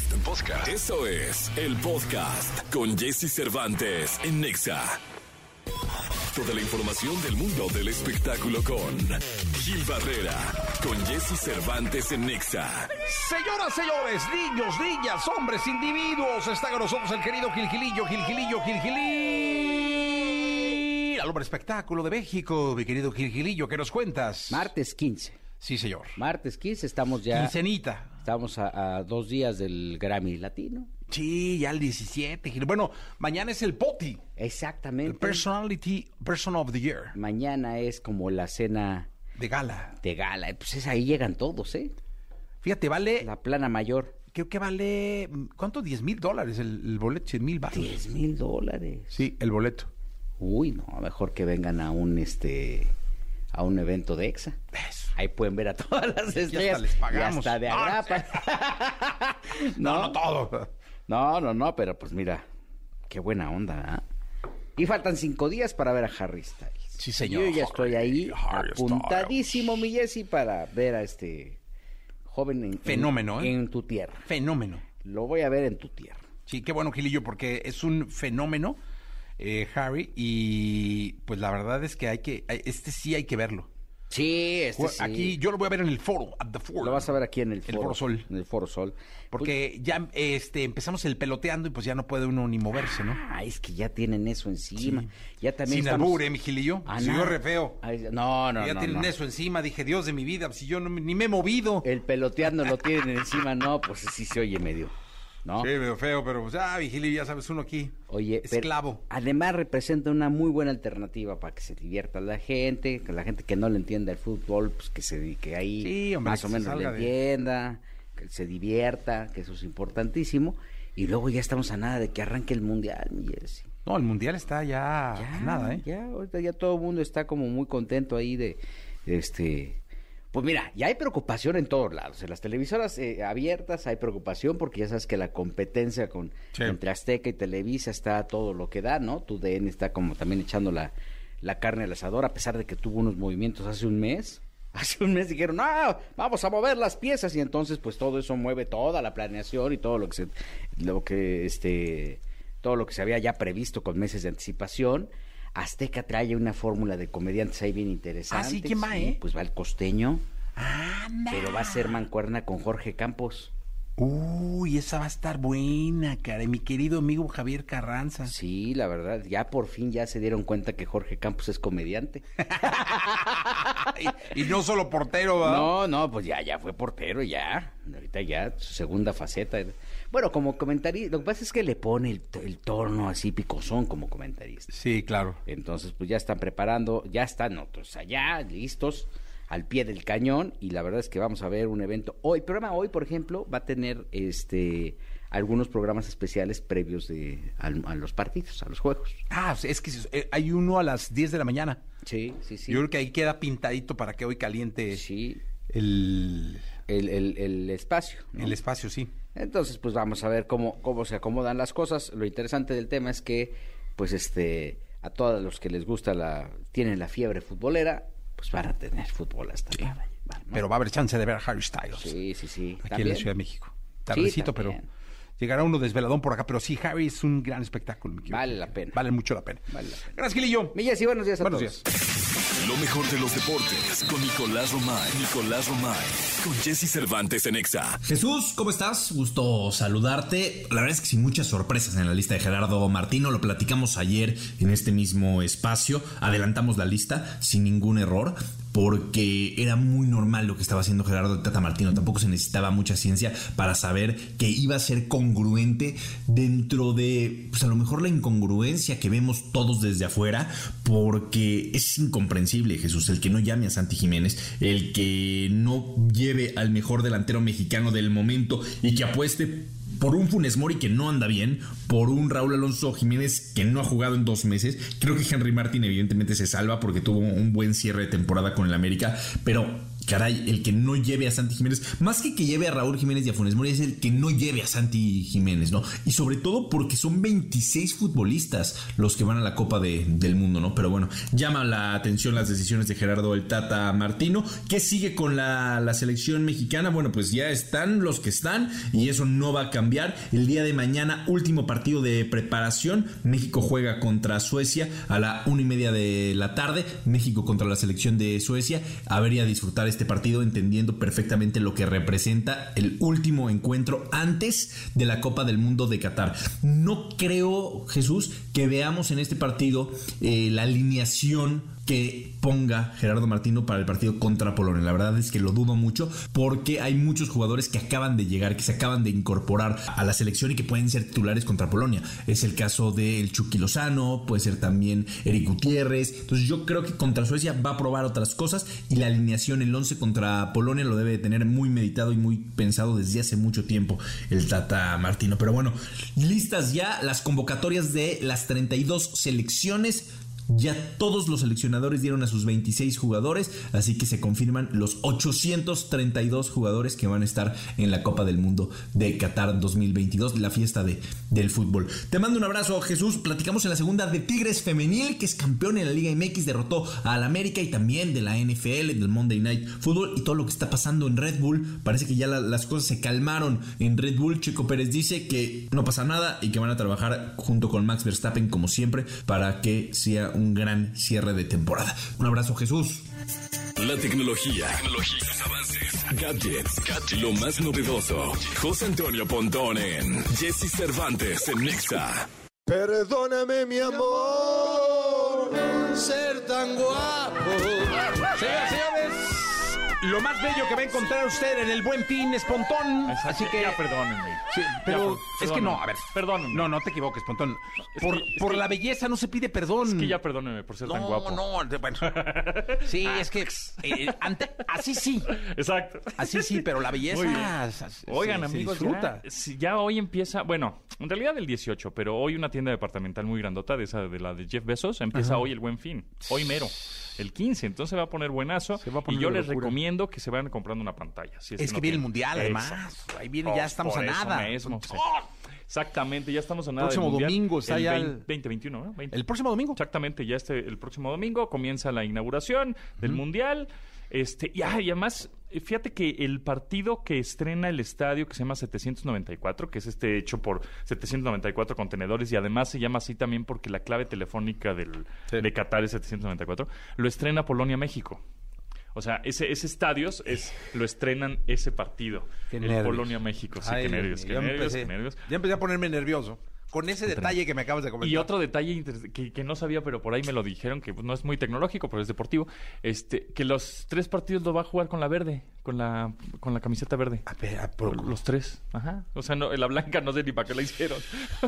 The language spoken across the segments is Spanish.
Eso es el podcast con Jesse Cervantes en Nexa. Toda la información del mundo del espectáculo con Gil Barrera, con Jesse Cervantes en Nexa. Señoras, señores, niños, niñas, hombres, individuos, está con nosotros el querido Gilgilillo, al hombre espectáculo de México. Mi querido Gilgilillo, ¿qué nos cuentas? Martes 15. Sí, señor. Martes 15, estamos ya... Quincenita. Estamos a 2 días del Grammy Latino. Sí, ya el 17. Gil. Bueno, mañana es el POTY. Exactamente. El Person of the Year. Mañana es como la cena... De gala. De gala. Pues ahí llegan todos, ¿eh? Fíjate, vale... La plana mayor. Creo que vale... ¿Cuánto? $10,000 el boleto, $100,000. $10,000. Sí, el boleto. Uy, no, mejor que vengan a un evento de EXA. Eso. Ahí pueden ver a todas las estrellas. Hasta les pagamos. Y hasta de agrapa. No todo. No, pero pues mira, qué buena onda, ¿eh? Y faltan 5 días para ver a Harry Styles. Sí, señor. Yo ya estoy ahí Harry apuntadísimo, Styles. mi Jessy, para ver a este joven Fenómeno, en tu tierra. Fenómeno. Lo voy a ver en tu tierra. Sí, qué bueno, Gilillo, porque es un fenómeno, Harry, y pues la verdad es que sí hay que verlo. Sí, sí. Aquí yo lo voy a ver en el foro, at the Forum. Lo vas a ver aquí en el Foro Sol. En el Foro Sol. Porque ya empezamos el peloteando y pues ya no puede uno ni moverse, ¿no? Ah, es que ya tienen eso encima. Sí. Ya también Sin albur, mi Gilillo. Ah, Se no. vio re feo. Ay, no. Ya tienen eso encima. Dije, Dios de mi vida, si yo ni me he movido. El peloteando lo tienen encima, no, pues sí se oye medio, ¿no? Sí, medio feo, pero pues, Gilillo, ya sabes, uno aquí. Oye, esclavo. Además representa una muy buena alternativa para que se divierta la gente, que la gente que no le entienda el fútbol, pues que se dedique ahí, sí, hombre, más o menos le entienda, que se divierta, que eso es importantísimo. Y luego ya estamos a nada de que arranque el Mundial, mi Jessy. No, el Mundial está ya nada, ¿eh? Ya, ahorita ya todo el mundo está como muy contento ahí de, Pues mira, ya hay preocupación en todos lados. En las televisoras abiertas hay preocupación porque ya sabes que la competencia entre Azteca y Televisa está todo lo que da, ¿no? Tu DN está como también echando la carne al asador, a pesar de que tuvo unos movimientos hace un mes. Hace un mes dijeron, vamos a mover las piezas, y entonces pues todo eso mueve toda la planeación y todo todo lo que se había ya previsto con meses de anticipación. Azteca trae una fórmula de comediantes ahí bien interesante. ¿Ah, sí? ¿Quién va, Pues va el Costeño. ¡Anda! Pero va a ser mancuerna con Jorge Campos. Uy, esa va a estar buena, cara. Mi querido amigo Javier Carranza. Sí, la verdad, ya por fin ya se dieron cuenta que Jorge Campos es comediante. y no solo portero, ¿verdad? No, pues ya fue portero, ya. Ahorita ya, su segunda faceta. Bueno, como comentarista, lo que pasa es que le pone el tono así picosón como comentarista. Sí, claro. Entonces, pues ya están preparando, ya están otros allá, listos, al pie del cañón, y la verdad es que vamos a ver un evento hoy. El programa hoy, por ejemplo, va a tener algunos programas especiales previos a los partidos, a los juegos. Es que hay uno a las 10 de la mañana. Sí. Yo creo que ahí queda pintadito para que hoy caliente el espacio, ¿no? El espacio, sí. Entonces, pues vamos a ver cómo se acomodan las cosas. Lo interesante del tema es que, pues a todos los que les gusta tienen la fiebre futbolera, pues van a tener fútbol hasta la ¿no? Pero va a haber chance de ver a Harry Styles. Sí. Aquí ¿También? en la Ciudad de México. Tardecito, pero llegará uno desveladón por acá. Pero sí, Harry es un gran espectáculo. Vale la pena. Vale mucho la pena. Gracias, Gilillo. Mi Jessy, buenos días a todos. Buenos días. Lo mejor de los deportes con Nicolás Romay. Con Jesse Cervantes en Nexa. Jesús, ¿cómo estás? Gusto saludarte. La verdad es que sin muchas sorpresas en la lista de Gerardo Martino. Lo platicamos ayer en este mismo espacio. Adelantamos la lista sin ningún error, porque era muy normal lo que estaba haciendo Gerardo el Tata Martino. Tampoco se necesitaba mucha ciencia para saber que iba a ser congruente dentro de, pues a lo mejor la incongruencia que vemos todos desde afuera, porque es incomprensible, Jesús, el que no llame a Santi Jiménez, el que no lleve al mejor delantero mexicano del momento y que apueste por un Funes Mori que no anda bien, por un Raúl Alonso Jiménez que no ha jugado en 2 meses. Creo que Henry Martin evidentemente se salva porque tuvo un buen cierre de temporada con el América, pero caray, el que no lleve a Santi Jiménez, más que lleve a Raúl Jiménez y a Funes Mori, es el que no lleve a Santi Jiménez, ¿no? Y sobre todo porque son 26 futbolistas los que van a la Copa del Mundo, ¿no? Pero bueno, llama la atención las decisiones de Gerardo el Tata Martino. ¿Qué sigue con la selección mexicana? Bueno, pues ya están los que están y eso no va a cambiar. El día de mañana, último partido de preparación. México juega contra Suecia a la 1:30 de la tarde. México contra la selección de Suecia. A ver y a disfrutar este partido, entendiendo perfectamente lo que representa el último encuentro antes de la Copa del Mundo de Qatar. No creo, Jesús, que veamos en este partido la alineación que ponga Gerardo Martino para el partido contra Polonia. La verdad es que lo dudo mucho porque hay muchos jugadores que acaban de llegar, que se acaban de incorporar a la selección y que pueden ser titulares contra Polonia. Es el caso del Chucky Lozano, puede ser también Eric Gutiérrez. Entonces yo creo que contra Suecia va a probar otras cosas y la alineación, el 11 contra Polonia, lo debe de tener muy meditado y muy pensado desde hace mucho tiempo el Tata Martino. Pero bueno, listas ya las convocatorias de las 32 selecciones. Ya todos los seleccionadores dieron a sus 26 jugadores, así que se confirman los 832 jugadores que van a estar en la Copa del Mundo de Qatar 2022, la fiesta del fútbol. Te mando un abrazo, Jesús. Platicamos en la segunda de Tigres Femenil, que es campeón en la Liga MX, derrotó al América, y también de la NFL, del Monday Night Football, y todo lo que está pasando en Red Bull. Parece que ya las cosas se calmaron en Red Bull. Checo Pérez dice que no pasa nada y que van a trabajar junto con Max Verstappen, como siempre, para que sea un gran cierre de temporada. Un abrazo, Jesús. La tecnología, los avances, gadgets, lo más novedoso. José Antonio Pontón en Jesse Cervantes en Nexa. Perdóname, mi amor, ser tan guapo. Señores, lo más bello que va a encontrar usted en el Buen Fin es Pontón. Exacto. Así que Ya, perdónenme. Sí, pero Ya, es que no, a ver. Perdónenme. No te equivoques, Pontón. Es Por que- la belleza no se pide perdón. Es que ya perdónenme por ser tan guapo. Bueno. Sí, es que así sí. Exacto. Así sí, pero la belleza Muy bien. Oigan, se amigos, disfruta. ya hoy empieza, bueno, en realidad el 18, pero hoy una tienda departamental muy grandota, de la de Jeff Bezos, empieza hoy el Buen Fin, hoy mero, el 15, entonces se va a poner buenazo. Se va a poner y yo de les locura. recomiendo que se vayan comprando una pantalla. Si Es que no viene el tienen. Mundial, además. Exacto. Ahí viene, ya estamos Por a eso nada. mismo, sí. Exactamente, ya estamos a nada Próximo del Mundial. domingo está el ya 2021, ¿no? 20. El próximo domingo. Exactamente, ya el próximo domingo comienza la inauguración del Mundial. Y además, fíjate que el partido que estrena el estadio, que se llama 794, que es hecho por 794 contenedores, y además se llama así también porque la clave telefónica de Qatar es 794, lo estrena Polonia-México. O sea, ese estadio lo estrenan ese partido. Qué el nervios. Polonia-México. Sí, Ay, qué nervios, qué ya nervios, empecé- qué nervios. Ya empecé a ponerme nervioso. Con ese detalle que me acabas de comentar. Y otro detalle que no sabía, pero por ahí me lo dijeron, que no es muy tecnológico, pero es deportivo, que los 3 partidos los va a jugar con la verde, con la camiseta verde. A ver, Los 3, ajá. O sea, no, la blanca no sé ni para qué la hicieron.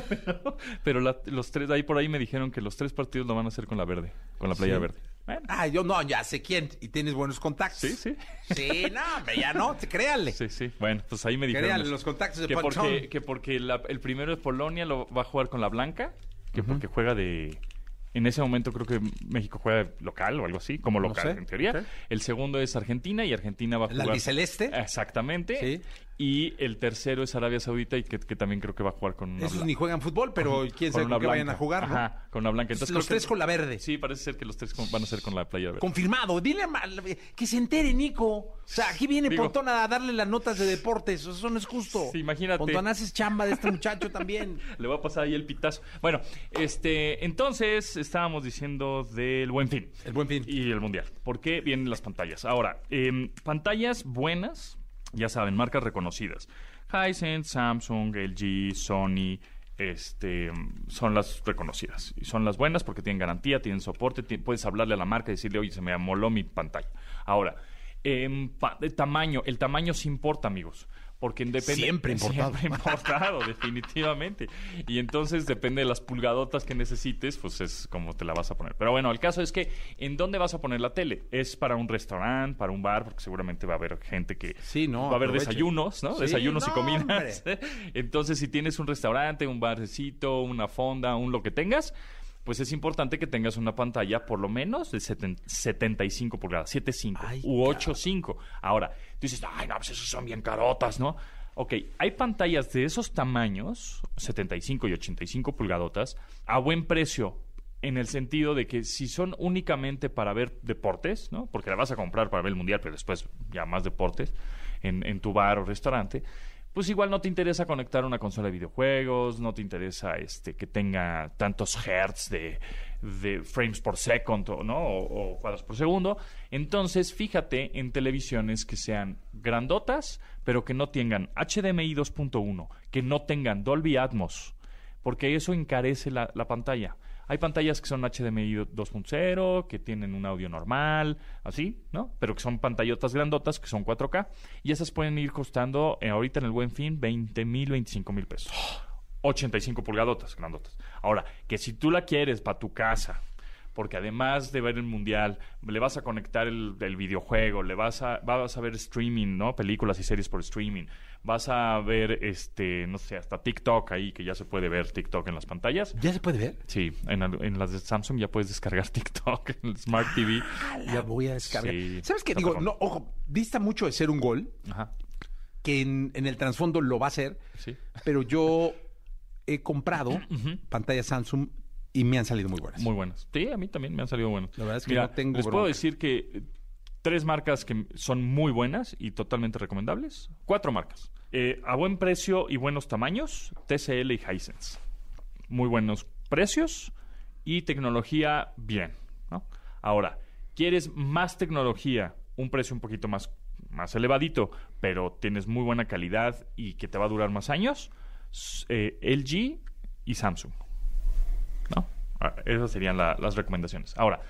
pero los 3, ahí por ahí me dijeron que los 3 partidos lo van a hacer con la verde, con la playera verde. Bueno, yo no, ya sé quién. Y tienes buenos contactos. sí, sí. Sí, no, hombre, ya no, créanle. Sí, sí. Bueno, pues ahí me dijeron. Créanle los contactos de que Ponchón. porque el primero es Polonia, lo va a jugar con la blanca, que porque juega en ese momento creo que México juega local o algo así, como local sé. en teoría. Ok. El segundo es Argentina y Argentina va a ¿El jugar... albiceleste? Exactamente. Sí. Y el tercero es Arabia Saudita y que también creo que va a jugar con una Esos ni juegan fútbol, pero quién sabe una con qué vayan blanca. a jugar, ¿no? Ajá, con una blanca. Entonces, Los creo que- 3 con la verde. Sí, parece ser que los 3 van a ser con la playa verde. Confirmado. Dile que se entere, Nico. O sea, aquí viene Digo- Pontón a darle las notas de deportes. Eso no es justo. Sí, imagínate. Pontón, haces chamba de este muchacho también. Le va a pasar ahí el pitazo. Bueno, entonces estábamos diciendo del Buen Fin. El Buen Fin. Y el Mundial. ¿Por qué vienen las pantallas? Ahora, pantallas buenas, ya saben, marcas reconocidas. Hisense, Samsung, LG, Sony, son las reconocidas. Y son las buenas porque tienen garantía, tienen soporte, puedes hablarle a la marca y decirle, oye, se me amoló mi pantalla. Ahora, el tamaño sí importa, amigos. Porque depende... Siempre importado. Siempre importado, definitivamente. Y entonces depende de las pulgadotas que necesites, pues es como te la vas a poner. Pero bueno, el caso es que, ¿en dónde vas a poner la tele? ¿Es para un restaurante, para un bar? Porque seguramente va a haber gente que... Sí, no, va a haber aproveche. desayunos, ¿no? Sí, Desayunos y no, comidas. Entonces, si tienes un restaurante, un barcito, una fonda, lo que tengas... pues es importante que tengas una pantalla por lo menos de 75 pulgadas, 7.5 u 8.5. Ahora, tú dices, ay, no, pues esos son bien carotas, ¿no? Ok, hay pantallas de esos tamaños, 75 y 85 pulgadotas, a buen precio, en el sentido de que si son únicamente para ver deportes, ¿no? Porque la vas a comprar para ver el mundial, pero después ya más deportes en tu bar o restaurante, pues igual no te interesa conectar una consola de videojuegos, no te interesa que tenga tantos hertz de frames por second, ¿no? O cuadros por segundo. Entonces, fíjate en televisiones que sean grandotas, pero que no tengan HDMI 2.1, que no tengan Dolby Atmos, porque eso encarece la pantalla. Hay pantallas que son HDMI 2.0, que tienen un audio normal, así, ¿no? Pero que son pantallotas grandotas, que son 4K. Y esas pueden ir costando, ahorita en el Buen Fin, 20,000, 25,000 pesos. 85 pulgadotas, grandotas. Ahora, que si tú la quieres para tu casa, porque además de ver el mundial, le vas a conectar el videojuego, vas a ver streaming, ¿no? Películas y series por streaming. Vas a ver, no sé, hasta TikTok ahí, que ya se puede ver TikTok en las pantallas. ¿Ya se puede ver? Sí, en las de Samsung ya puedes descargar TikTok en el Smart TV. Ya voy a descargar. Sí. ¿Sabes qué? Digo, no, ojo, dista mucho de ser un gol, Ajá. que en el trasfondo lo va a hacer, Sí. pero yo he comprado pantallas Samsung y me han salido muy buenas. Muy buenas. Sí, a mí también me han salido buenas. La verdad es que Mira, no tengo les puedo bronca. decir que 3 marcas que son muy buenas y totalmente recomendables. 4 marcas. A buen precio y buenos tamaños, TCL y Hisense. Muy buenos precios y tecnología bien, ¿no? Ahora, ¿quieres más tecnología? Un precio un poquito más elevadito, pero tienes muy buena calidad y que te va a durar más años. LG y Samsung, ¿no? Esas serían las recomendaciones. Ahora,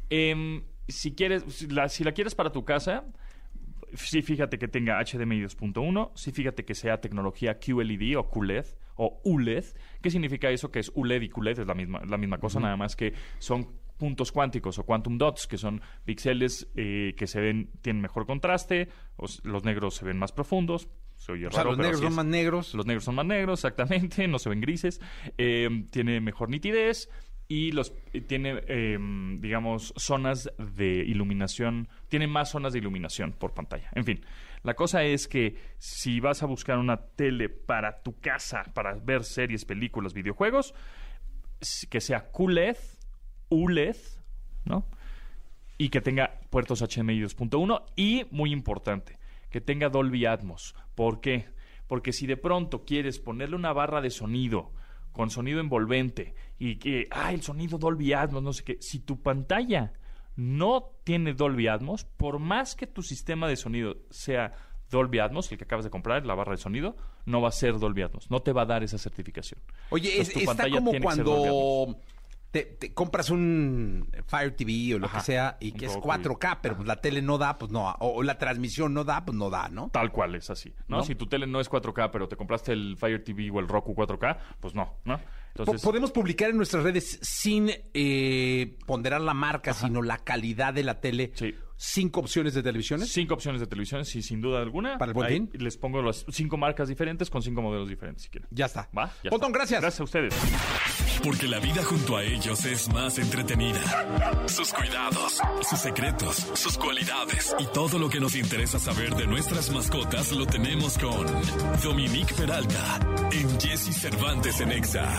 si la quieres para tu casa, sí fíjate que tenga HDMI 2.1, sí fíjate que sea tecnología QLED o QLED o ULED. ¿Qué significa eso? Que es ULED y QLED, es la misma cosa, nada más que son puntos cuánticos o quantum dots, que son píxeles que tienen mejor contraste, los negros se ven más profundos. Soy raro, los negros son más negros. Los negros son más negros, exactamente, no se ven grises. Tiene mejor nitidez y tiene, digamos, zonas de iluminación. Tiene más zonas de iluminación por pantalla. En fin, la cosa es que si vas a buscar una tele para tu casa, para ver series, películas, videojuegos, que sea QLED, ULED, ¿no? Y que tenga puertos HDMI 2.1 y, muy importante, que tenga Dolby Atmos. ¿Por qué? Porque si de pronto quieres ponerle una barra de sonido con sonido envolvente y que, el sonido Dolby Atmos, no sé qué, si tu pantalla no tiene Dolby Atmos, por más que tu sistema de sonido sea Dolby Atmos, el que acabas de comprar, la barra de sonido, no va a ser Dolby Atmos, no te va a dar esa certificación. Oye, está como cuando te compras un Fire TV o lo que sea y que es 4K, pero pues la tele no da, pues no, o la transmisión no da, pues no da, ¿no? Tal cual es así, ¿no? Si tu tele no es 4K, pero te compraste el Fire TV o el Roku 4K, pues no, ¿no? Entonces, podemos publicar en nuestras redes sin ponderar la marca, sino la calidad de la tele. Sí. 5 opciones de televisiones. 5 opciones de televisiones, sí, sin duda alguna. Para el Buen Fin. Les pongo las 5 marcas diferentes con 5 modelos diferentes, si quieren. Ya está. ¿Va? Ya Pontón, está. gracias. Gracias a ustedes. Porque la vida junto a ellos es más entretenida. Sus cuidados, sus secretos, sus cualidades y todo lo que nos interesa saber de nuestras mascotas lo tenemos con Dominique Peralta en Jessy Cervantes en Exa.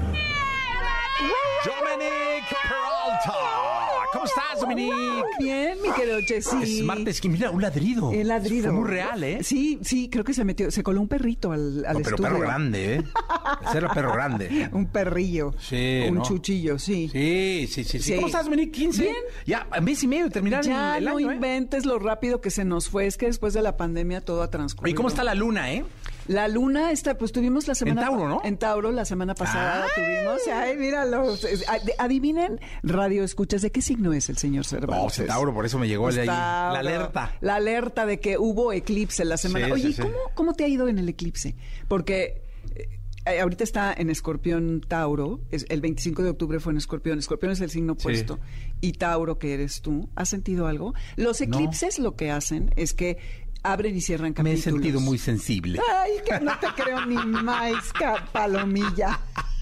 Dominique Peralta. ¿Cómo estás, Dominique? Bien, mi querido Jessy. Es martes, que mira, un ladrido. El ladrido. Fue muy real, ¿eh? Sí, creo que se coló un perrito al Pero estudio. perro grande, ¿eh? Ese era perro grande. Un perrillo. Sí, Un ¿no? chuchillo, sí. Sí. ¿Cómo estás, Dominique? 15. Bien. Ya, mes y medio de terminar Ya el no año, inventes lo rápido que se nos fue. Es que después de la pandemia todo ha transcurrido. ¿Y cómo está la luna, eh? La luna está, pues tuvimos la semana... En Tauro, ¿no? En Tauro, la semana pasada ¡Ay! tuvimos. Ay, míralo. Adivinen, radio escuchas, ¿de qué signo es el señor Cervantes? No, Tauro, por eso me llegó Pues la Tauro. alerta. La alerta de que hubo eclipse la semana. Sí, Oye, sí, ¿y sí. cómo te ha ido en el eclipse? Porque ahorita está en Escorpión Tauro, el 25 de octubre fue en Escorpión. Escorpión es el signo opuesto. Y Tauro, que eres tú, ¿has sentido algo? Los eclipses lo que hacen es que abren y cierran Me capítulos. he sentido muy sensible. Ay, que no te creo ni más, palomilla.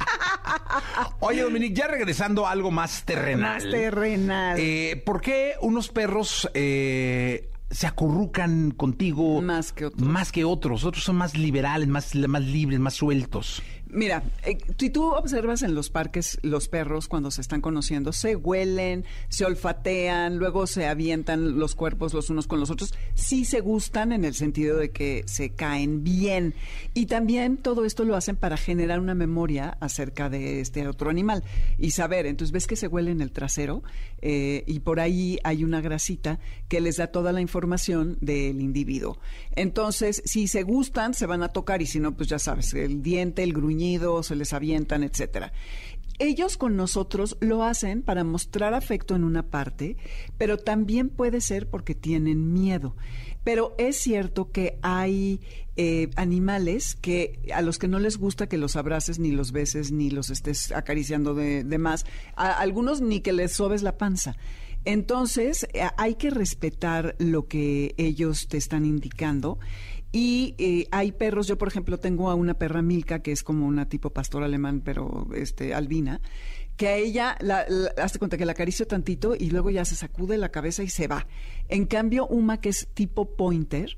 Oye, Dominique, ya regresando a algo más terrenal. Más terrenal. ¿Por qué unos perros se acurrucan contigo más que otros? Otros son más liberales, más libres, más sueltos. Mira, si tú observas en los parques, los perros cuando se están conociendo, se huelen, se olfatean, luego se avientan los cuerpos los unos con los otros. Sí se gustan en el sentido de que se caen bien. Y también todo esto lo hacen para generar una memoria acerca de este otro animal. Y saber, entonces ves que se huelen el trasero y por ahí hay una grasita que les da toda la información del individuo. Entonces, si se gustan, se van a tocar y si no, pues ya sabes, el diente, el gruñido, se les avientan, etcétera. Ellos con nosotros lo hacen para mostrar afecto en una parte, pero también puede ser porque tienen miedo. Pero es cierto que hay animales que a los que no les gusta que los abraces, ni los beses, ni los estés acariciando de más. A algunos ni que les sobes la panza. Entonces, hay que respetar lo que ellos te están indicando. Y hay perros, yo por ejemplo tengo a una perra Milka, que es como una tipo pastor alemán, pero albina, que a ella, hazte cuenta que la acaricio tantito y luego ya se sacude la cabeza y se va. En cambio, Uma, que es tipo pointer,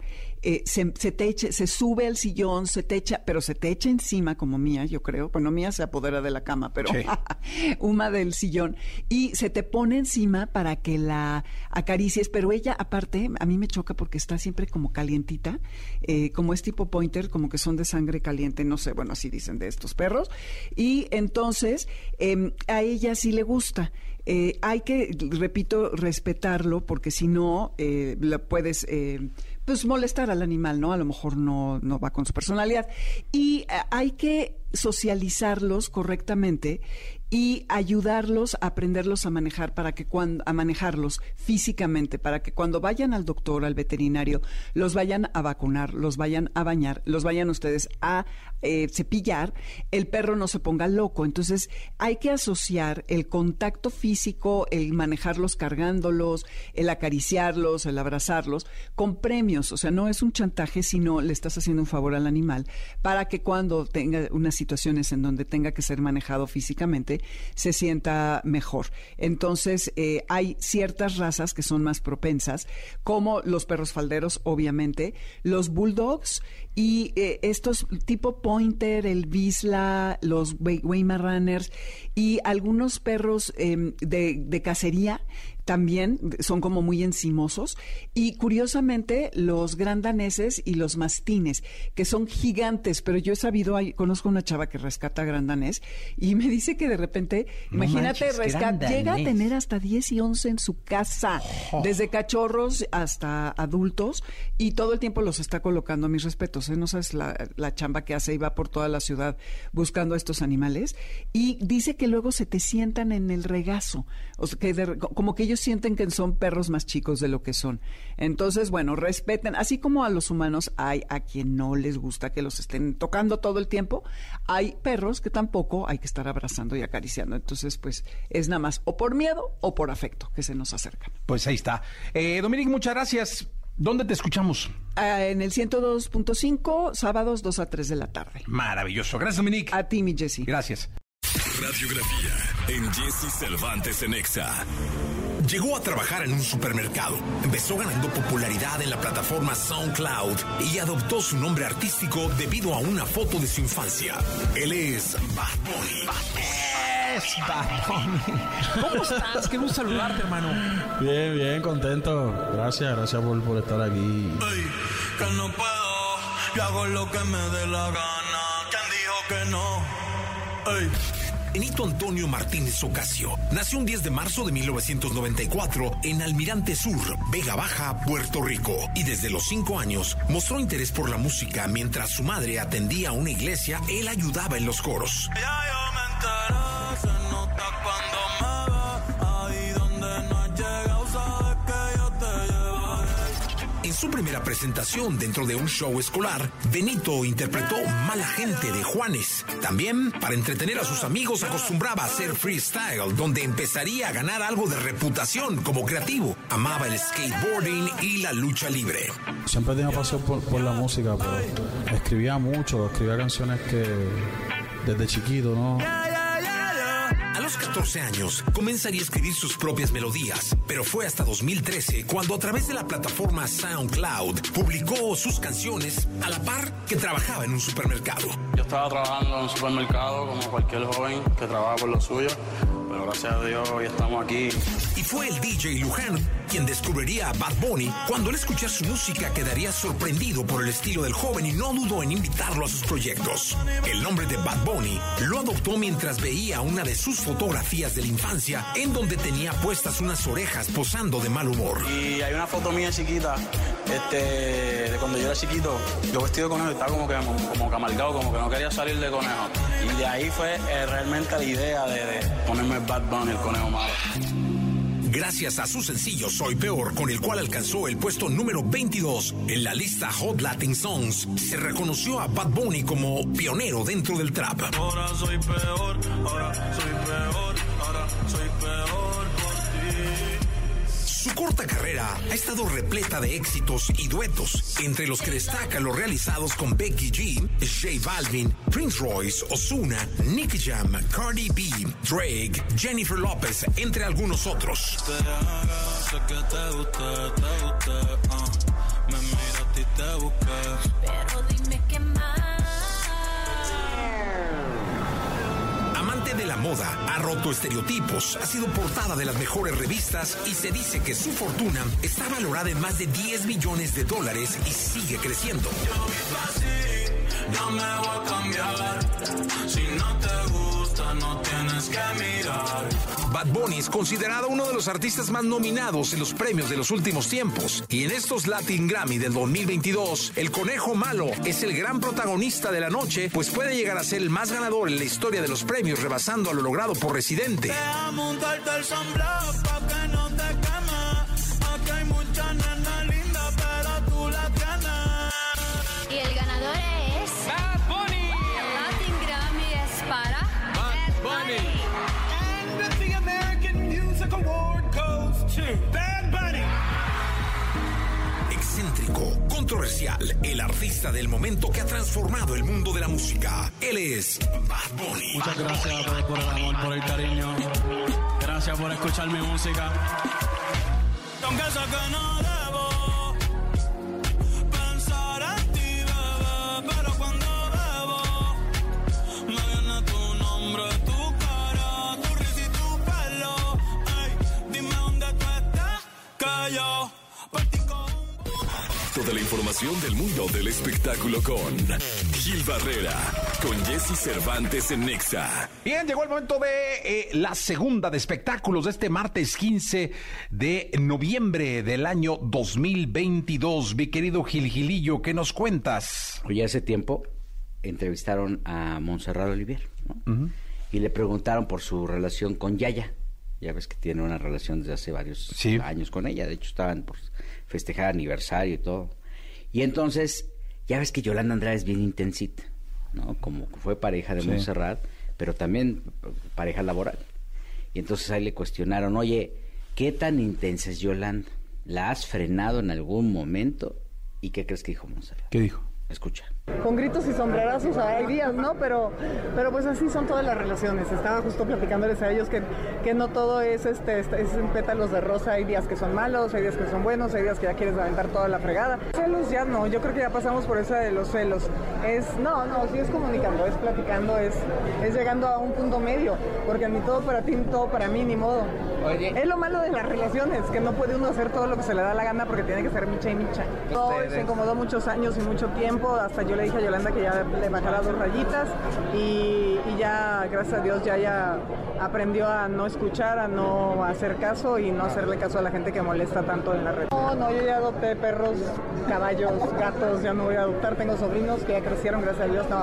se sube al sillón, pero se te echa encima, como Mía, yo creo. Bueno, Mía se apodera de la cama, pero sí. Uma del sillón. Y se te pone encima para que la acaricies, pero ella, aparte, a mí me choca porque está siempre como calientita, como es tipo pointer, como que son de sangre caliente, no sé, bueno, así dicen de estos perros. Y entonces, a ella sí le gusta. Hay que, repito, respetarlo, porque si no, la puedes pues molestar al animal, ¿no? A lo mejor no va con su personalidad. Y hay que socializarlos correctamente y ayudarlos a aprenderlos a manejar a manejarlos físicamente, para que cuando vayan al doctor, al veterinario, los vayan a vacunar, los vayan a bañar, los vayan ustedes a cepillar, el perro no se ponga loco. Entonces hay que asociar el contacto físico, el manejarlos cargándolos, el acariciarlos, el abrazarlos, con premios. O sea, no es un chantaje, sino le estás haciendo un favor al animal para que cuando tenga unas situaciones en donde tenga que ser manejado físicamente, se sienta mejor. Entonces, hay ciertas razas que son más propensas, como los perros falderos, obviamente, los bulldogs y estos tipo pointer, el Vizsla, los Weimaraner y algunos perros de cacería también son como muy encimosos. Y curiosamente, los gran daneses y los mastines, que son gigantes, pero yo he sabido, conozco una chava que rescata gran danés y me dice que de repente, no imagínate, llega a tener hasta 10 y 11 en su casa, desde cachorros hasta adultos, y todo el tiempo los está colocando. A mis respetos, no sabes la chamba que hace, y va por toda la ciudad buscando a estos animales, y dice que luego se te sientan en el regazo, o sea, que como que ellos sienten que son perros más chicos de lo que son. Entonces, bueno, respeten, así como a los humanos hay a quien no les gusta que los estén tocando todo el tiempo, hay perros que tampoco hay que estar abrazando y acariciando. Entonces, pues, es nada más o por miedo o por afecto que se nos acercan. Pues ahí está. Dominique, muchas gracias. ¿Dónde te escuchamos? En el 102.5, sábados 2 a 3 de la tarde. Maravilloso. Gracias, Dominique. A ti, mi Jessy. Gracias. Radiografía en Jessy Cervantes en Nexa. Llegó a trabajar en un supermercado. Empezó ganando popularidad en la plataforma SoundCloud y adoptó su nombre artístico debido a una foto de su infancia. Él es Bad Bunny. ¿Cómo estás? Qué gusto saludarte, hermano. Bien, contento. Gracias por estar aquí. Ey, que no puedo, yo hago lo que me dé la gana. ¿Quién dijo que no? Ey. Benito Antonio Martínez Ocasio nació un 10 de marzo de 1994 en Almirante Sur, Vega Baja, Puerto Rico, y desde los 5 años mostró interés por la música. Mientras su madre atendía a una iglesia, él ayudaba en los coros. Ya yo me enteré, se nota cuando me ve, ahí donde no has llegado, sabes que yo te llevaré. En su primera presentación dentro de un show escolar, Benito interpretó Mala Gente de Juanes. También, para entretener a sus amigos, acostumbraba a hacer freestyle, donde empezaría a ganar algo de reputación como creativo. Amaba el skateboarding y la lucha libre. Siempre tenía pasión por la música, pero escribía canciones que desde chiquito, ¿no? A los 14 años comenzaría a escribir sus propias melodías, pero fue hasta 2013 cuando a través de la plataforma SoundCloud publicó sus canciones a la par que trabajaba en un supermercado. Yo estaba trabajando en un supermercado como cualquier joven que trabaja por lo suyo, pero gracias a Dios hoy estamos aquí. Y fue el DJ Luján quien descubriría a Bad Bunny. Cuando al escuchar su música quedaría sorprendido por el estilo del joven y no dudó en invitarlo a sus proyectos. El nombre de Bad Bunny lo adoptó mientras veía una de sus fotografías de la infancia en donde tenía puestas unas orejas posando de mal humor. Y hay una foto mía chiquita, de cuando yo era chiquito, yo vestido de conejo, estaba como que amargado, como que no quería salir de conejo. Y de ahí fue realmente la idea de ponerme Bad Bunny, el conejo malo. Gracias a su sencillo Soy Peor, con el cual alcanzó el puesto número 22 en la lista Hot Latin Songs, se reconoció a Bad Bunny como pionero dentro del trap. Ahora soy peor, ahora soy peor, ahora soy peor por ti. Su corta carrera ha estado repleta de éxitos y duetos, entre los que destaca los realizados con Becky G, J Balvin, Prince Royce, Ozuna, Nicky Jam, Cardi B, Drake, Jennifer Lopez, entre algunos otros. Sé que te guste, me miraste y te busqué. Pero dime qué más. Amante de la moda, ha roto estereotipos, ha sido portada de las mejores revistas y se dice que su fortuna está valorada en más de $10 millones y sigue creciendo. Yo vivo así, no me voy a cambiar. Si no te gusta, no tienes que mirar. Bad Bunny es considerado uno de los artistas más nominados en los premios de los últimos tiempos. Y en estos Latin Grammy del 2022, el Conejo Malo es el gran protagonista de la noche, pues puede llegar a ser el más ganador en la historia de los premios, rebasando a lo logrado por Residente. Deja montarte el sunblock pa' que no te queme. Aquí hay mucha nena linda, pero tú la tienes. Y el ganador es Bad Bunny. el Latin Grammy es para Bad Bunny. And the American Music Award goes to Bad Bunny. Excéntrico, controversial, el artista del momento que ha transformado el mundo de la música. Él es Bad Bunny. Muchas gracias por el amor, por el cariño. Gracias por escuchar mi música. Aunque sé que no debo pensar en ti, bebé, pero cuando bebo me viene tu nombre, tu cara, tu risa y tu pelo. Ey, dime dónde tú estás, que yo partí con... Toda la información del mundo del espectáculo con Gil Barrera, con Jesse Cervantes en Nexa. Bien, llegó el momento de la segunda de espectáculos de este martes 15 de noviembre del año 2022. Mi querido Gilillo, ¿qué nos cuentas? Oye, hace tiempo entrevistaron a Montserrat Olivier, ¿no? Uh-huh. Y le preguntaron por su relación con Yaya. Ya ves que tiene una relación desde hace varios años con ella. De hecho, estaban por festejar aniversario y todo. Y entonces, ya ves que Yolanda Andrade es bien intensita, ¿no? Como fue pareja de Montserrat, pero también pareja laboral. Y entonces ahí le cuestionaron, oye, ¿qué tan intensa es Yolanda? ¿La has frenado en algún momento? ¿Y qué crees que dijo Montserrat? ¿Qué dijo? Escucha. Con gritos y sombrerazos hay días, ¿no? Pero pues así son todas las relaciones. Estaba justo platicándoles a ellos que no todo es pétalos de rosa. Hay días que son malos, hay días que son buenos, hay días que ya quieres aventar toda la fregada. Celos ya no, yo creo que ya pasamos por esa de los celos. Sí es comunicando, es platicando, es llegando a un punto medio. Porque ni todo para ti, ni todo para mí, ni modo. Oye. Es lo malo de las relaciones, que no puede uno hacer todo lo que se le da la gana porque tiene que ser micha y micha. No, se incomodó muchos años y mucho tiempo, hasta yo le dije a Yolanda que ya le bajara 2 rayitas y ya, gracias a Dios, ya aprendió a no escuchar, a no hacer caso y no hacerle caso a la gente que molesta tanto en la red. No, yo ya adopté perros, caballos, gatos, ya no voy a adoptar, tengo sobrinos que ya crecieron, gracias a Dios, no.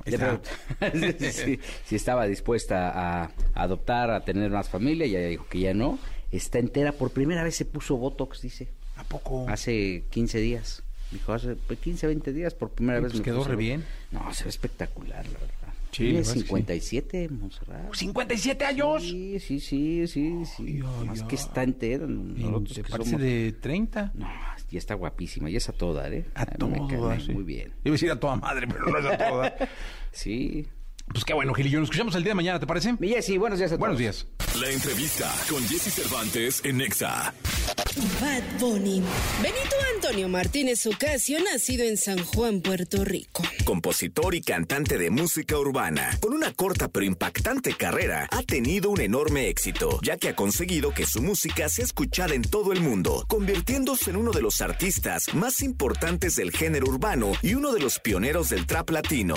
Sí, estaba dispuesta a adoptar, a tener más familia, y ella dijo que ya no. Está entera, por primera vez se puso Botox, dice. ¿A poco? Hace 15 días. Dijo, hace 15, 20 días, por primera vez. Pues quedó re bien. No, se ve espectacular, la verdad. Sí, tiene 57, sí. Montserrat. ¿57 años? Sí. Más que está entera. ¿Te parece de 30? No, ya está guapísima, ya es a toda, ¿eh? A toda, sí. Muy bien. Iba a decir a toda madre, pero no es a toda. Sí. Pues qué bueno, Gil y yo. Nos escuchamos el día de mañana, ¿te parece? Mi Jessy, buenos días a todos. Buenos días. La entrevista con Jessy Cervantes en Nexa. Bad Bunny. Benito Antonio Martínez Ocasio, nacido en San Juan, Puerto Rico. Compositor y cantante de música urbana, con una corta pero impactante carrera, ha tenido un enorme éxito, ya que ha conseguido que su música sea escuchada en todo el mundo, convirtiéndose en uno de los artistas más importantes del género urbano y uno de los pioneros del trap latino.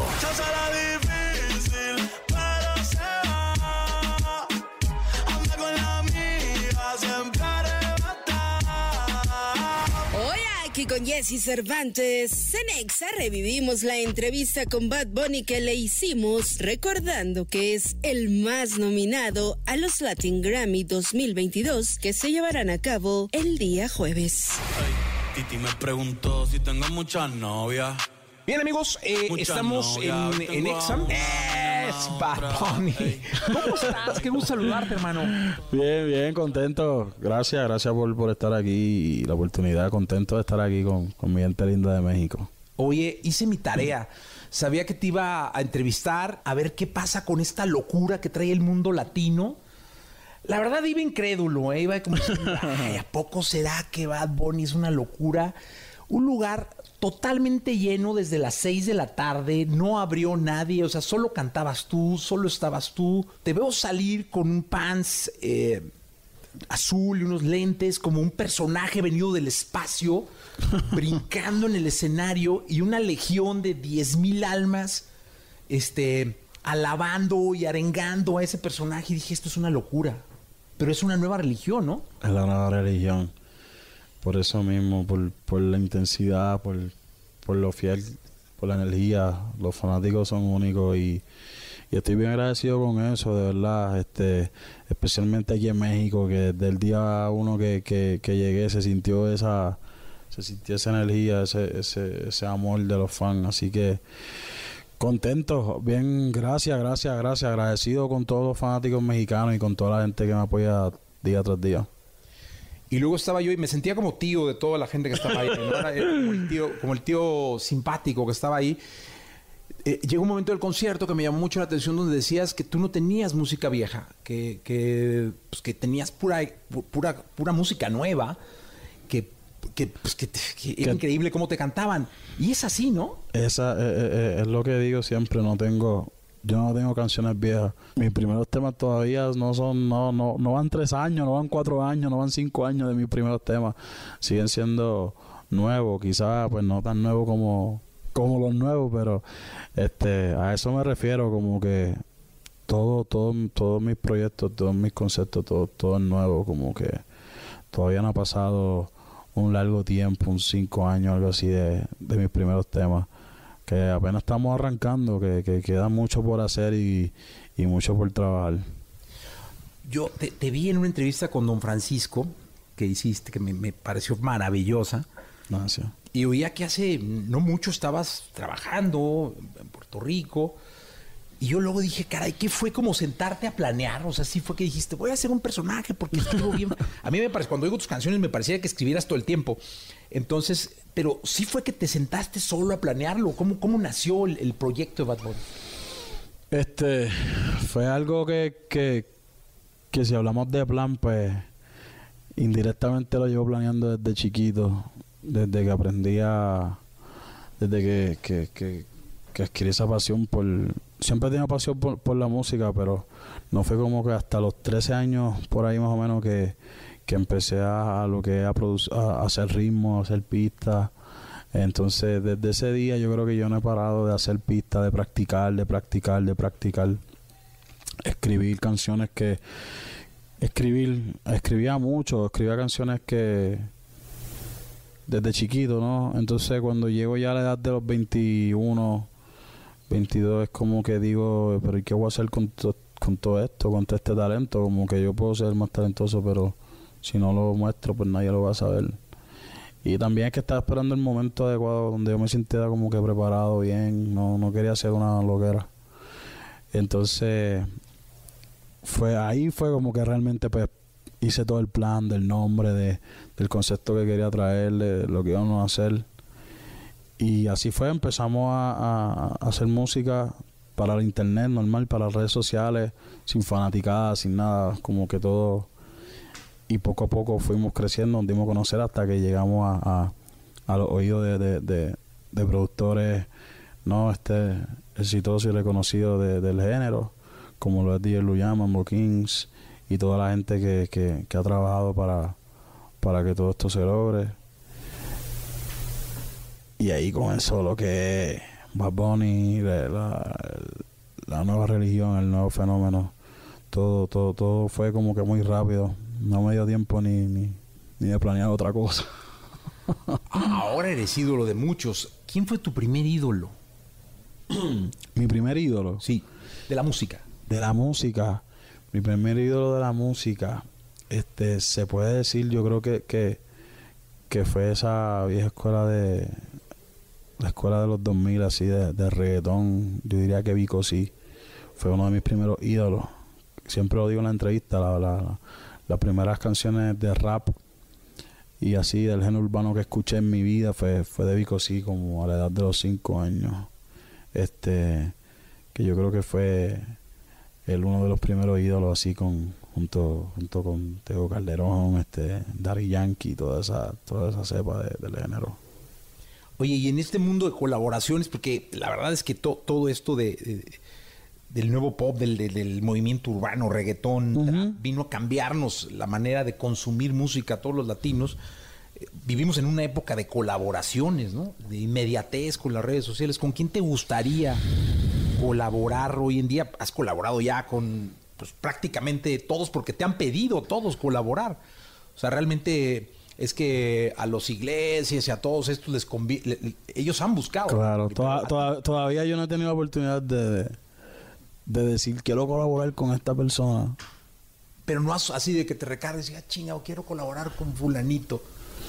Aquí con Jessy Cervantes, en Nexa revivimos la entrevista con Bad Bunny que le hicimos, recordando que es el más nominado a los Latin Grammy 2022 que se llevarán a cabo el día jueves. Ay, Titi me preguntó si tengo muchas novias. Bien, amigos, estamos en Nexa. Es Bad Bunny. ¿Cómo estás? Qué gusto saludarte, hermano. Bien, contento. Gracias por estar aquí y la oportunidad. Contento de estar aquí con mi gente linda de México. Oye, hice mi tarea. Sabía que te iba a entrevistar, a ver qué pasa con esta locura que trae el mundo latino. La verdad, iba incrédulo, iba como diciendo, ay, ¿a poco será que Bad Bunny es una locura? Un lugar totalmente lleno desde las 6 de la tarde, no abrió nadie, o sea, solo cantabas tú, solo estabas tú. Te veo salir con un pants azul y unos lentes, como un personaje venido del espacio, brincando en el escenario y una legión de 10,000 almas, alabando y arengando a ese personaje. Y dije, esto es una locura, pero es una nueva religión, ¿no? Es la nueva religión. Por eso mismo, por la intensidad, por lo fiel, por la energía. Los fanáticos son únicos y estoy bien agradecido con eso, de verdad. Especialmente aquí en México, que desde el día uno que llegué se sintió esa energía, ese amor de los fans. Así que contento, bien, gracias. Agradecido con todos los fanáticos mexicanos y con toda la gente que me apoya día tras día. Y luego estaba yo y me sentía como tío de toda la gente que estaba ahí. ¿No? Era como el tío simpático que estaba ahí. Llegó un momento del concierto que me llamó mucho la atención, donde decías que tú no tenías música vieja, que tenías pura música nueva, que era increíble cómo te cantaban. Y es así, ¿no? Esa es lo que digo siempre. Yo no tengo canciones viejas. Mis primeros temas todavía no van 3 años, no van 4 años, no van 5 años de mis primeros temas. Siguen siendo nuevos, quizás pues no tan nuevos como los nuevos, pero a eso me refiero, como que todos mis proyectos, todos mis conceptos, todo es nuevo, como que todavía no ha pasado un largo tiempo, 5 años, algo así de mis primeros temas. Que apenas estamos arrancando, que queda mucho por hacer y mucho por trabajar. Yo te vi en una entrevista con Don Francisco que hiciste, que me pareció maravillosa. Gracias. Y oía que hace no mucho estabas trabajando en Puerto Rico. Y yo luego dije, caray, ¿qué fue como sentarte a planear? O sea, sí fue que dijiste, voy a hacer un personaje porque escribo bien. A mí me parece, cuando oigo tus canciones me parecía que escribieras todo el tiempo. Entonces, pero sí fue que te sentaste solo a planearlo. ¿Cómo nació el proyecto de Bad Bunny? Fue algo que si hablamos de plan, pues indirectamente lo llevo planeando desde chiquito, desde que aprendí desde que adquirí esa pasión siempre he tenido pasión por la música, pero no fue como que hasta los 13 años por ahí más o menos que empecé a hacer ritmos, a hacer pistas. Entonces desde ese día yo creo que yo no he parado de hacer pistas, de practicar, escribir canciones escribía mucho, escribía canciones que desde chiquito, ¿no? Entonces cuando llego ya a la edad de los 21, 22, es como que digo, pero ¿y qué voy a hacer con todo esto, con todo este talento? Como que yo puedo ser más talentoso, pero si no lo muestro, pues nadie lo va a saber. Y también es que estaba esperando el momento adecuado donde yo me sintiera como que preparado bien, no quería hacer una loquera. Entonces fue como que realmente pues hice todo el plan del nombre, del concepto que quería traer, de lo que íbamos a hacer. Y así fue, empezamos a hacer música, para el internet normal, para las redes sociales, sin fanaticadas, sin nada, como que todo. Y poco a poco fuimos creciendo, nos dimos a conocer hasta que llegamos a los oídos de productores, ¿no? Exitosos y reconocidos del género, como lo es DJ Luyan, Mambo Kings y toda la gente que ha trabajado para que todo esto se logre. Y ahí comenzó lo que es Bad Bunny, la nueva religión, el nuevo fenómeno. Todo fue como que muy rápido. No me dio tiempo ni de planear otra cosa. Ahora eres ídolo de muchos. ¿Quién fue tu primer ídolo? ¿Mi primer ídolo? Sí, de la música. De la música. Mi primer ídolo de la música. Se puede decir, yo creo que fue esa vieja escuela la escuela de los 2000, así de reggaetón. Yo diría que Vico sí. Fue uno de mis primeros ídolos. Siempre lo digo en la entrevista, las primeras canciones de rap y así del género urbano que escuché en mi vida fue de Vico sí, como a la edad de los 5 años. Que yo creo que fue uno de los primeros ídolos así junto con Tego Calderón, Daddy Yankee, toda esa cepa del género. Oye, y en este mundo de colaboraciones, porque la verdad es que todo esto del nuevo pop, del movimiento urbano, reggaetón, vino a cambiarnos la manera de consumir música a todos los latinos. Vivimos en una época de colaboraciones, ¿no? De inmediatez con las redes sociales. ¿Con quién te gustaría colaborar hoy en día? Has colaborado ya con prácticamente todos porque te han pedido todos colaborar. O sea, realmente es que a los Iglesias y a todos estos ellos han buscado. Claro, todavía yo no he tenido la oportunidad de decir quiero colaborar con esta persona. Pero no así de que te recargues y chingado, quiero colaborar con fulanito.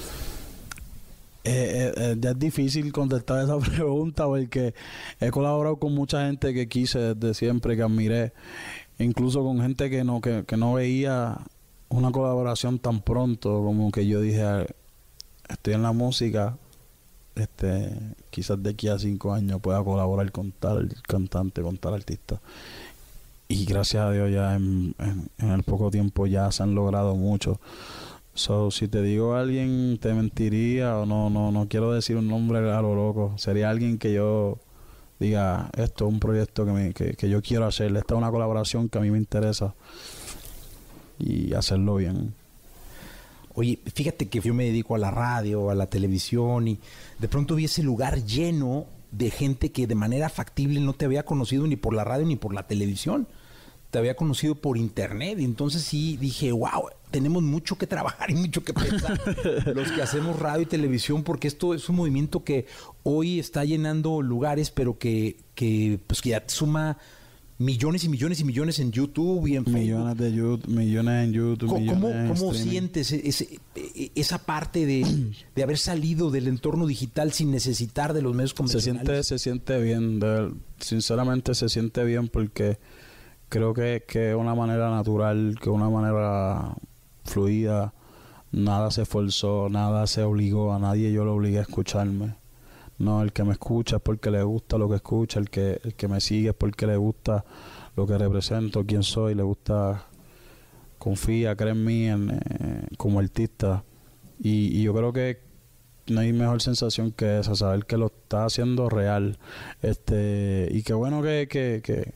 Ya es difícil contestar esa pregunta porque he colaborado con mucha gente que quise desde siempre, que admiré, incluso con gente que no veía una colaboración tan pronto, como que yo dije, estoy en la música, quizás de aquí a 5 años pueda colaborar con tal cantante, con tal artista. Y gracias a Dios ya en el poco tiempo ya se han logrado mucho. So, si te digo a alguien, te mentiría o no quiero decir un nombre a lo loco. Sería alguien que yo diga, esto es un proyecto que yo quiero hacer, esta es una colaboración que a mí me interesa y hacerlo bien. Oye, fíjate que yo me dedico a la radio, a la televisión y de pronto vi ese lugar lleno de gente que de manera factible no te había conocido ni por la radio ni por la televisión. Te había conocido por internet. Y entonces sí dije, wow, tenemos mucho que trabajar y mucho que pensar los que hacemos radio y televisión, porque esto es un movimiento que hoy está llenando lugares, pero que ya suma millones y millones y millones en YouTube y en Facebook. Millones en YouTube. ¿Cómo sientes esa parte de haber salido del entorno digital sin necesitar de los medios convencionales? Se siente bien, sinceramente se siente bien porque creo que es una manera natural, que una manera fluida. Nada se forzó, nada se obligó, a nadie yo lo obligué a escucharme. No, el que me escucha es porque le gusta lo que escucha, el que me sigue es porque le gusta lo que represento, quién soy, le gusta, confía, cree en mí como artista. Y yo creo que no hay mejor sensación que esa, saber que lo está haciendo real. Y qué bueno que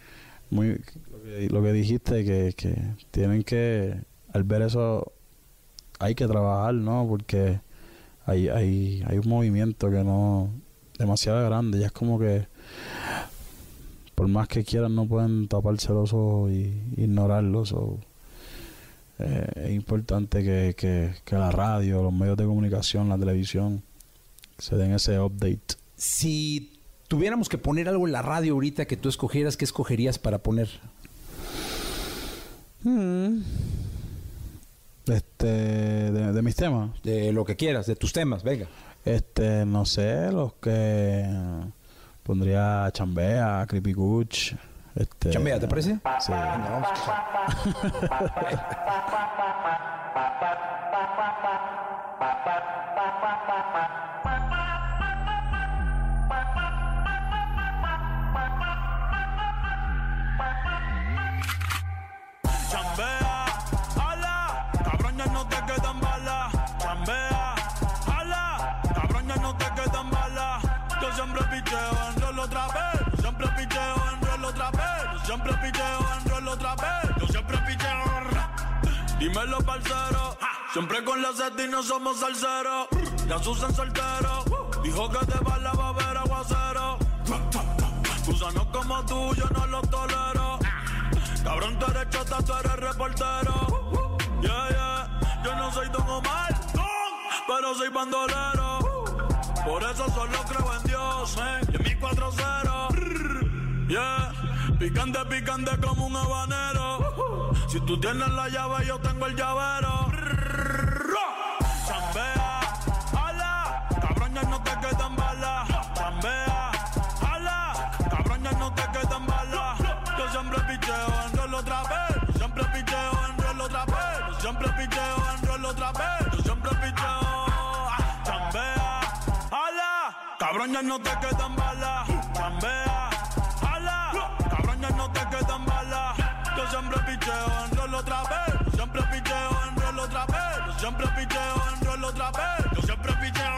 lo que dijiste, que tienen que, al ver eso, hay que trabajar, ¿no? Porque hay un movimiento que no demasiado grande, ya es como que por más que quieran no pueden taparse los ojos y ignorarlos. Es importante que la radio, los medios de comunicación, la televisión se den ese update. Si tuviéramos que poner algo en la radio ahorita que tú escogieras, ¿qué escogerías para poner? De mis temas. De lo que quieras, de tus temas, venga. No sé, los que pondría Chambea, Creepy Kuch. Chambea, ¿te parece? Sí. Venga, vamos a escuchar. chambea, ala, cabrón ya no te quedan balas, chambea, ala, cabrón ya no te quedan balas. Yo siempre picheo en rol otra vez, yo siempre picheo en rol otra vez, yo siempre picheo en rol otra vez, yo siempre picheo. Dímelo, parcero, siempre con la seta y no somos salseros. Ya Susan soltero, dijo que te va a ver aguacero. Gusanos como tú, yo no los tolero. Cabrón, tú eres chota, tú eres reportero. Yeah, yeah, yo no soy Don Omar, pero soy bandolero. Por eso solo creo en Dios, y en mi 4-0. Yeah, picante, picante como un habanero. Si tú tienes la llave, yo tengo el llavero. Chambea, ala, cabrón, ya no te quedan balas. Chambea, ala, cabrón, ya no te quedan balas. Yo siempre picheo en rol otra vez. Yo siempre picheo en rol otra vez. Yo siempre picheo en rol otra vez. Yo siempre picheo. Chambea, ala, cabrón, ya no te quedan balas. Chambea, ala, cabrón, ya no te quedan balas. Yo siempre picheo en rol otra vez. Yo siempre picheo en rol otra vez. Yo siempre picheo en rol otra vez. Yo siempre picheo.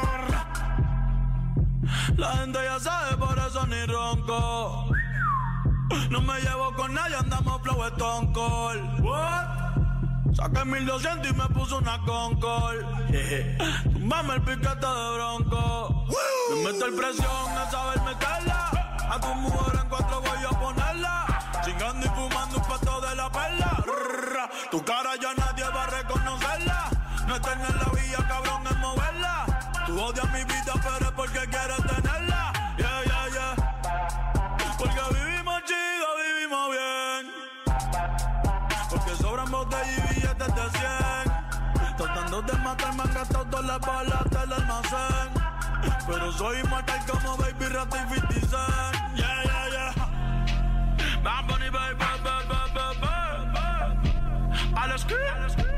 La gente ya sabe, por eso ni ronco. No me llevo con nadie, andamos flow Stone Cold. What? Saqué 1200 y me puso una Concord. Tumbame el piquete de bronco. Me meto el presión a saber meterla. A tu mujer en 4 voy a ponerla. Chingando y fumando un pato de la perla. Tu cara ya nadie va a reconocerla. No es tener la vía, cabrón, es moverla. Tú odias mi vida, pero es porque quieres tenerla. Yeah, yeah, yeah. Porque vivimos chido, vivimos bien. Porque sobran botellas y billetes de 100. Tratando de matarme han gastado todas las balas del almacén. Pero soy inmortal como Baby Rata y 50 Cent. Yeah, yeah, yeah. Bad Bunny, baby, baby, baby, baby. Alex Kidd.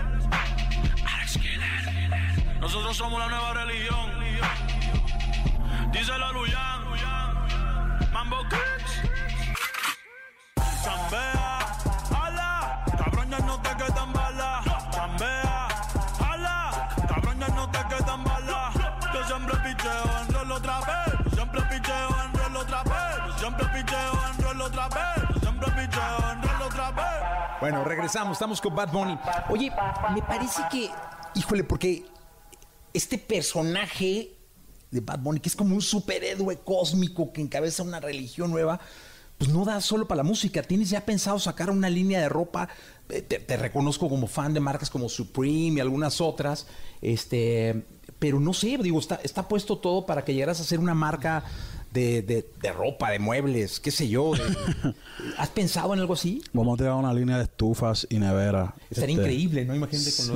Nosotros somos la nueva religión. Díselo a Luyan. Mambo Kicks. Chambea, ala, cabrón, ya no te quedan balas. Chambea, ala, cabrón, ya no te quedan balas. Yo siempre picheo en rol otra vez. Yo siempre picheo en rol otra vez. Yo siempre picheo en rol otra vez. Yo siempre picheo en rol otra vez. Bueno, regresamos, estamos con Bad Bunny. Oye, me parece que, híjole, porque este personaje de Bad Bunny, que es como un superhéroe cósmico que encabeza una religión nueva, pues no da solo para la música. ¿Tienes ya pensado sacar una línea de ropa? Te reconozco como fan de marcas como Supreme y algunas otras, pero no sé, digo, está puesto todo para que llegaras a ser una marca de ropa, de muebles, qué sé yo. ¿Has pensado en algo así? Vamos a tirar una línea de estufas y neveras. Estaría increíble, ¿no? Imagínate con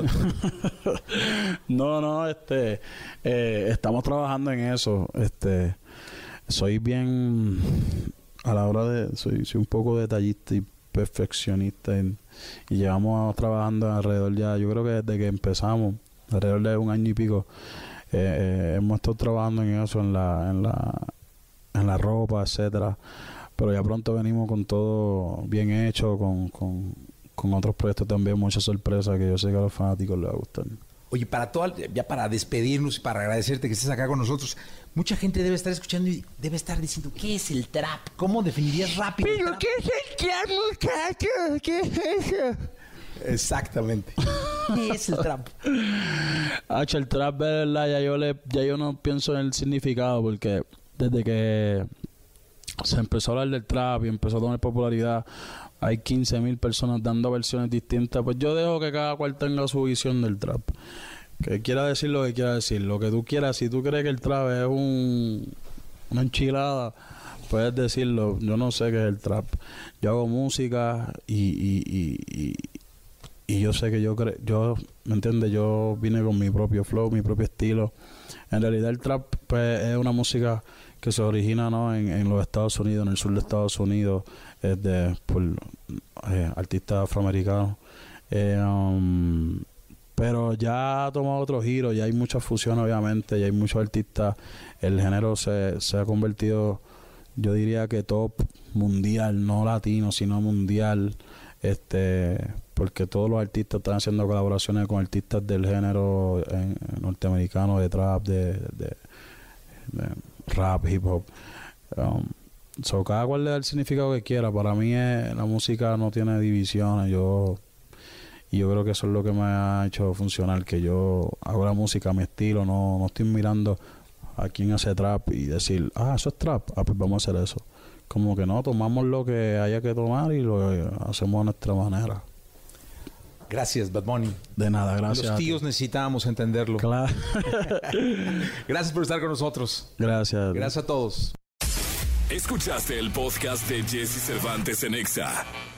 lo No, estamos trabajando en eso. Soy bien a la hora de soy un poco detallista y perfeccionista y llevamos trabajando alrededor ya, yo creo que desde que empezamos, alrededor de 1 año y pico, hemos estado trabajando en eso, en la ropa, etcétera, pero ya pronto venimos con todo bien hecho, con otros proyectos también, muchas sorpresas que yo sé que a los fanáticos les va a gustar. Oye, ya para despedirnos y para agradecerte que estés acá con nosotros, mucha gente debe estar escuchando y debe estar diciendo, ¿qué es el trap? ¿Cómo definirías rápido? ¿Pero qué es el trap, muchachos? ¿Qué es eso? Exactamente. ¿Qué es el trap? El trap, de verdad, ya yo no pienso en el significado, porque desde que se empezó a hablar del trap y empezó a tomar popularidad, hay 15,000 personas dando versiones distintas. Pues yo dejo que cada cual tenga su visión del trap. Que quiera decir lo que quiera decir, lo que tú quieras. Si tú crees que el trap es una enchilada, puedes decirlo. Yo no sé qué es el trap. Yo hago música y yo sé que yo ¿me entiendes? Yo vine con mi propio flow, mi propio estilo. En realidad el trap pues, es una música que se origina, ¿no? en los Estados Unidos, en el sur de Estados Unidos, por artistas afroamericanos. Pero ya ha tomado otro giro, ya hay mucha fusión, obviamente, ya hay muchos artistas. El género se ha convertido, yo diría que top mundial, no latino, sino mundial. porque todos los artistas están haciendo colaboraciones con artistas del género norteamericano, de trap, de rap, hip hop. Cada cual le da el significado que quiera. Para mí la música no tiene divisiones. Yo creo que eso es lo que me ha hecho funcionar, que yo hago la música a mi estilo, no estoy mirando a quién hace trap y decir, eso es trap, pues vamos a hacer eso. Como que no, tomamos lo que haya que tomar y lo hacemos a nuestra manera. Gracias, Bad Bunny. De nada, gracias. Los tíos necesitábamos entenderlo. Claro. Gracias por estar con nosotros. Gracias. Gracias a todos. Escuchaste el podcast de Jesse Cervantes en Nexa.